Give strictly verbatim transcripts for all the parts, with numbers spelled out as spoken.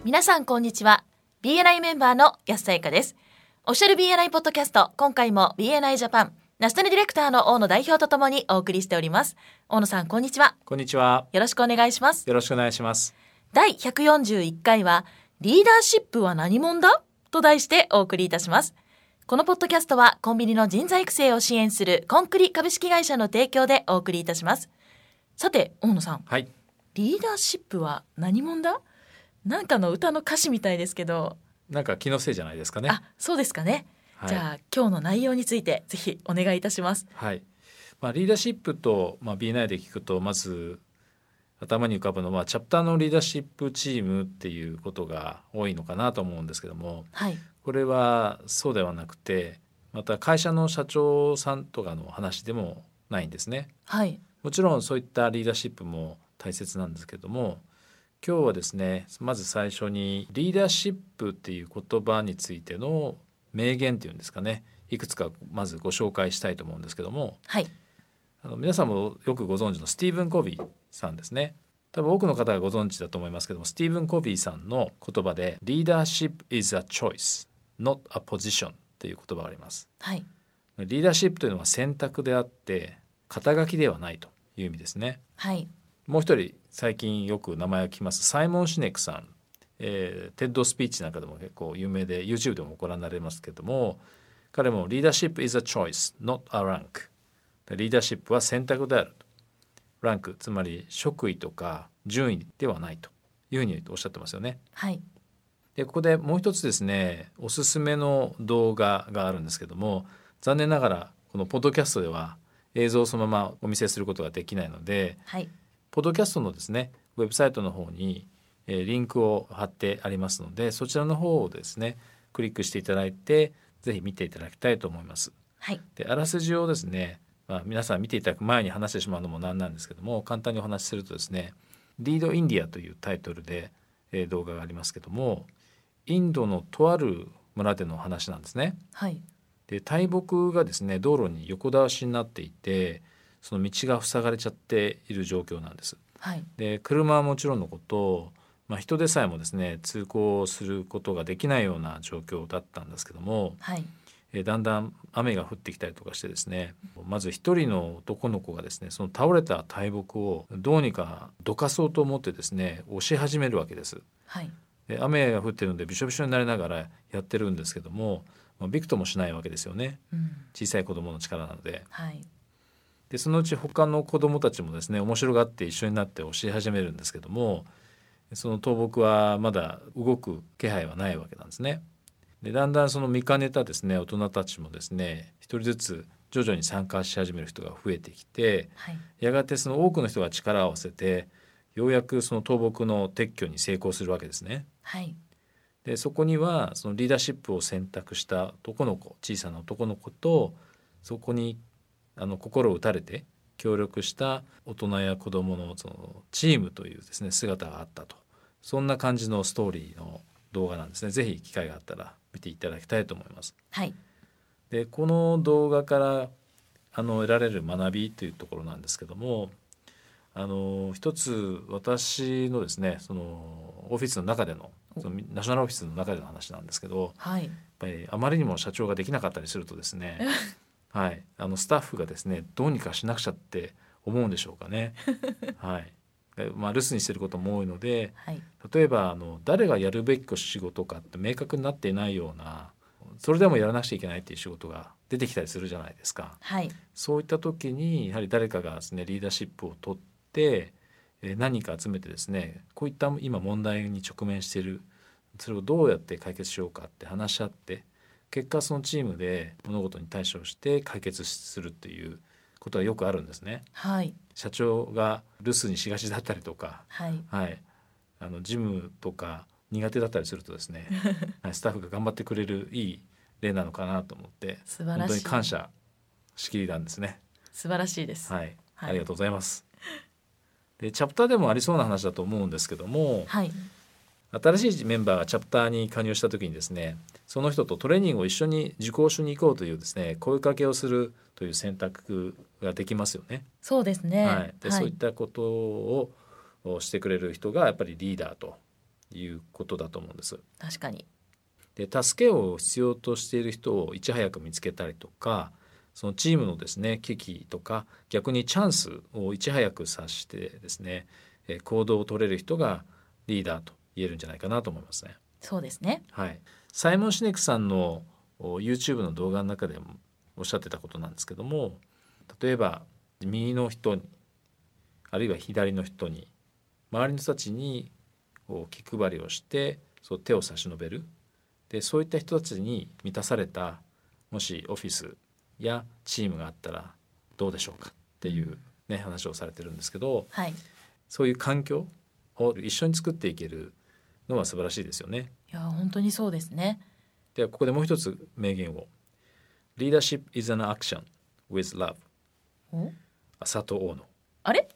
皆さんこんにちは。 ビーエヌアイ メンバーの安田彩香です。オフィシャル ビーエヌアイ ポッドキャスト、今回も ビーエヌアイ ジャパンナショナルディレクターの大野代表とともにお送りしております。大野さんこんにちは。 こんにちは。 よろしくお願いします。 よろしくお願いします。 だいひゃくよんじゅういっかいはリーダーシップは何者だと題してお送りいたします。このポッドキャストはコンビニの人材育成を支援するコンクリ株式会社の提供でお送りいたします。さて大野さん、 はい、 リーダーシップは何者だ、なんかの歌の歌詞みたいですけど、 なんか気のせいじゃないですかね。 あ、そうですかね、はい、じゃあ今日の内容についてぜひお願いいたします。 はい、まあ、リーダーシップと、まあ、ビーエヌアイ で聞くとまず頭に浮かぶのはチャプターのリーダーシップチームっていうことが多いのかなと思うんですけども、 はい、 これはそうではなくて、また会社の社長さんとかの話でもないんですね。 はい、 もちろんそういったリーダーシップも大切なんですけども、今日はですね、まず最初にリーダーシップっていう言葉についての名言っていうんですかね、いくつかまずご紹介したいと思うんですけども、 はい、 あの皆さんもよくご存知のスティーブン・コビーさんですね。多分多くの方がご存知だと思いますけども、スティーブン・コビーさんの言葉で Leadership is a choice, not a position っていう言葉があります。 はい、 リーダーシップというのは選択であって肩書きではないという意味ですね。 はい、 もう一人最近よく名前を聞きますサイモン・シネクさん、えー、テッドスピーチなんかでも結構有名で YouTube でもご覧になれますけども、彼も Leadership is a choice, not a rank、 リーダーシップは選択であると、ランクつまり職位とか順位ではないというふうにおっしゃってますよね。 はい、 でここでもう一つですね、おすすめの動画があるんですけども、残念ながらこのポッドキャストでは映像をそのままお見せすることができないので、 はい、 ポッドキャストのですねウェブサイトの方に、えー、リンクを貼ってありますので、そちらの方をですねクリックしていただいてぜひ見ていただきたいと思います。 はい、 であらすじをですね、まあ、皆さん見ていただく前に話してしまうのもなんなんですけども、簡単にお話しするとですね、リードインディアというタイトルで、えー、動画がありますけども、インドのとある村での話なんですね。 はい、 で大木がですね道路に横倒しになっていて、その道が塞がれちゃっている状況なんです。 はい、 で車はもちろんのこと、まあ、人でさえもですね通行することができないような状況だったんですけども、 はい、 えだんだん雨が降ってきたりとかしてですね、まず一人の男の子がですねその倒れた大木をどうにかどかそうと思ってですね押し始めるわけです。 はい、 で雨が降ってるのでびしょびしょになりながらやってるんですけども、まあ、びくともしないわけですよね、 うん、 小さい子供の力なので。 はい、 でそのうち他の子供たちもですね面白がって一緒になって押し始めるんですけども、その倒木はまだ動く気配はないわけなんですね。でだんだんその見かねたですね大人たちもですね一人ずつ徐々に参加し始める人が増えてきて、 はい、 やがてその多くの人が力を合わせてようやくその倒木の撤去に成功するわけですね。 はい、 でそこにはそのリーダーシップを選択した男の子、小さな男の子と、そこにあの心を打たれて協力した大人や子どものそのチームというですね姿があったと、そんな感じのストーリーの動画なんですね。ぜひ機会があったら見ていただきたいと思います。 はい、 でこの動画からあの得られる学びというところなんですけども、あの一つ私のですねそのオフィスの中でのそのナショナルオフィスの中での話なんですけど、 はい、 やっぱりあまりにも社長ができなかったりするとですねはい、あのスタッフがですねどうにかしなくちゃって思うんでしょうかね。はいでまあ、留守にしてることも多いので、 はい、 例えばあの誰がやるべき仕事かって明確になっていないような、それでもやらなくちゃいけないっていう仕事が出てきたりするじゃないですか。 はい、 そういった時にやはり誰かがですねリーダーシップを取ってえ何か集めてですね、こういった今問題に直面している、それをどうやって解決しようかって話し合って、結果そのチームで物事に対処して解決するっていうことがよくあるんですね。 はい、 社長が留守にしがちだったりとか、 はい、 はい、あの事務とか苦手だったりするとですねはいスタッフが頑張ってくれるいい例なのかなと思って素晴らしい、 本当に感謝しきりなんですね。 素晴らしいです、 はい、 はい、 ありがとうございます。でチャプターでもありそうな話だと思うんですけども、 はい、 新しいメンバーがチャプターに加入した時にですね、その人とトレーニングを一緒に受講しに行こうというですね声かけをするという選択ができますよね。 そうですね、 はい、で、はい、そういったことをしてくれる人がやっぱりリーダーということだと思うんです。 確かに。 で助けを必要としている人をいち早く見つけたりとか、そのチームのですね危機とか逆にチャンスをいち早く察してですね行動を取れる人がリーダーと言えるんじゃないかなと思いますね。 そうですね。 はい、サイモン・シネクさんの YouTube の動画の中でもおっしゃってたことなんですけども、例えば右の人にあるいは左の人に周りの人たちに気配りをしてそう手を差し伸べる。でそういった人たちに満たされたもしオフィスやチームがあったらどうでしょうかっていう、ね、話をされてるんですけど、 はい、 そういう環境を一緒に作っていけるのは素晴らしいですよね。 いや本当にそうですね。 ではここでもう一つ名言を。 Leadership is an action with love。 お佐藤大野。 あれ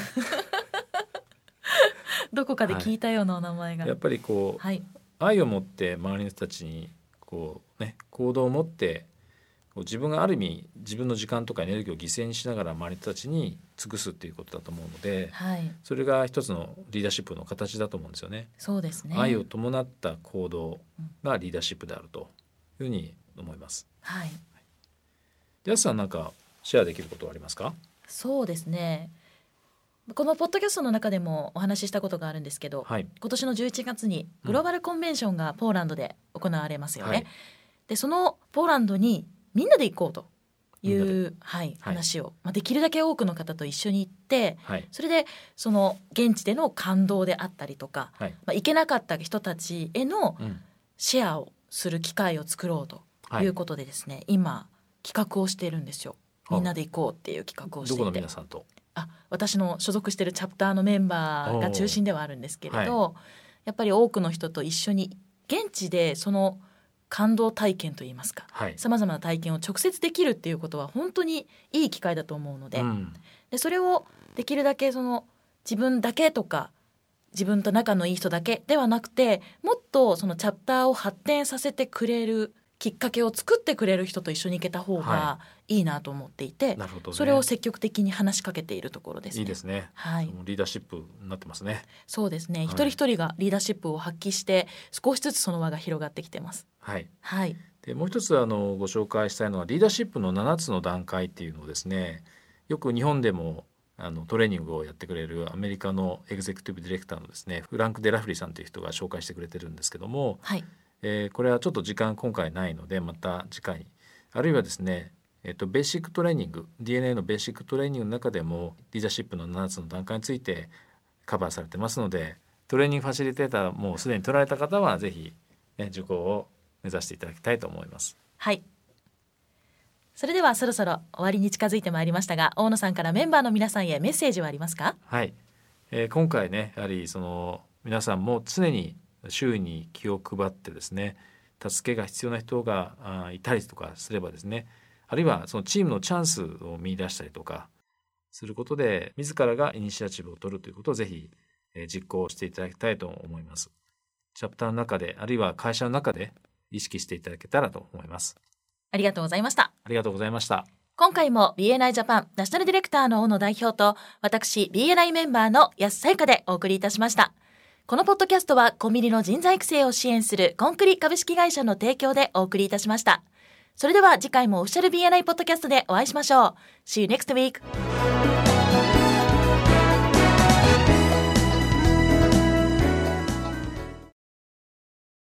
どこかで聞いたようなお名前が、 はい、やっぱりこう、はい、愛を持って周りの人たちにこう、ね、行動を持ってこう自分がある意味自分の時間とかエネルギーを犠牲にしながら周りの人たちに尽くすっていうことだと思うので、はい、それが一つのリーダーシップの形だと思うんですよね。 そうですね。 愛を伴った行動がリーダーシップであるというふうに思います。はい。で、安さんなんかシェアできることはありますか？ そうですね。このポッドキャストの中でもお話ししたことがあるんですけど、はい、今年のじゅういちがつにグローバルコンベンションがポーランドで行われますよね。はい、でそのポーランドにみんなで行こうという、はい、話を、まあ、できるだけ多くの方と一緒に行って、はい、それでその現地での感動であったりとか、はい、まあ、行けなかった人たちへのシェアをする機会を作ろうということでですね、はい、今企画をしているんですよ。みんなで行こうっていう企画をしていて、 どこの皆さんと？ あ、私の所属しているチャプターのメンバーが中心ではあるんですけれど、はい、やっぱり多くの人と一緒に現地でその感動体験といいますか、さまざまな体験を直接できるっていうことは本当にいい機会だと思うので、うん、でそれをできるだけその自分だけとか自分と仲のいい人だけではなくて、もっとそのチャプターを発展させてくれるきっかけを作ってくれる人と一緒に行けた方がいいなと思っていて、はい、ね、それを積極的に話しかけているところですね。 いいですね、はい、リーダーシップになってますね。 そうですね、はい、一人一人がリーダーシップを発揮して少しずつその輪が広がってきてます。 はい、はい、でもう一つあのご紹介したいのはリーダーシップのななつの段階っていうのをですね、よく日本でもあのトレーニングをやってくれるアメリカのエグゼクティブディレクターのですねフランク・デラフリーさんという人が紹介してくれてるんですけども、はい、えー、これはちょっと時間今回ないのでまた次回に、あるいはですね、えーと、ベーシックトレーニング ディーエヌエー のベーシックトレーニングの中でもリーダーシップのななつの段階についてカバーされてますので、トレーニングファシリテーターもうすでに取られた方はぜひ、ね、受講を目指していただきたいと思います。 はい、それではそろそろ終わりに近づいてまいりましたが、大野さんからメンバーの皆さんへメッセージはありますか？ はい、えー、今回ねやはりその皆さんも常に周囲に気を配ってですね、助けが必要な人がいたりとかすればですね、あるいはそのチームのチャンスを見出したりとかすることで自らがイニシアチブを取るということをぜひ実行していただきたいと思います。チャプターの中であるいは会社の中で意識していただけたらと思います。 ありがとうございました。 ありがとうございました。 今回も ビーエヌアイ ジャパンナショナルディレクターの大野代表と私 ビーエヌアイ メンバーの安さゆかでお送りいたしました。このポッドキャストはコンビニの人材育成を支援するコンクリ株式会社の提供でお送りいたしました。それでは次回もオフィシャル ビーエヌアイ ポッドキャストでお会いしましょう。See you next week!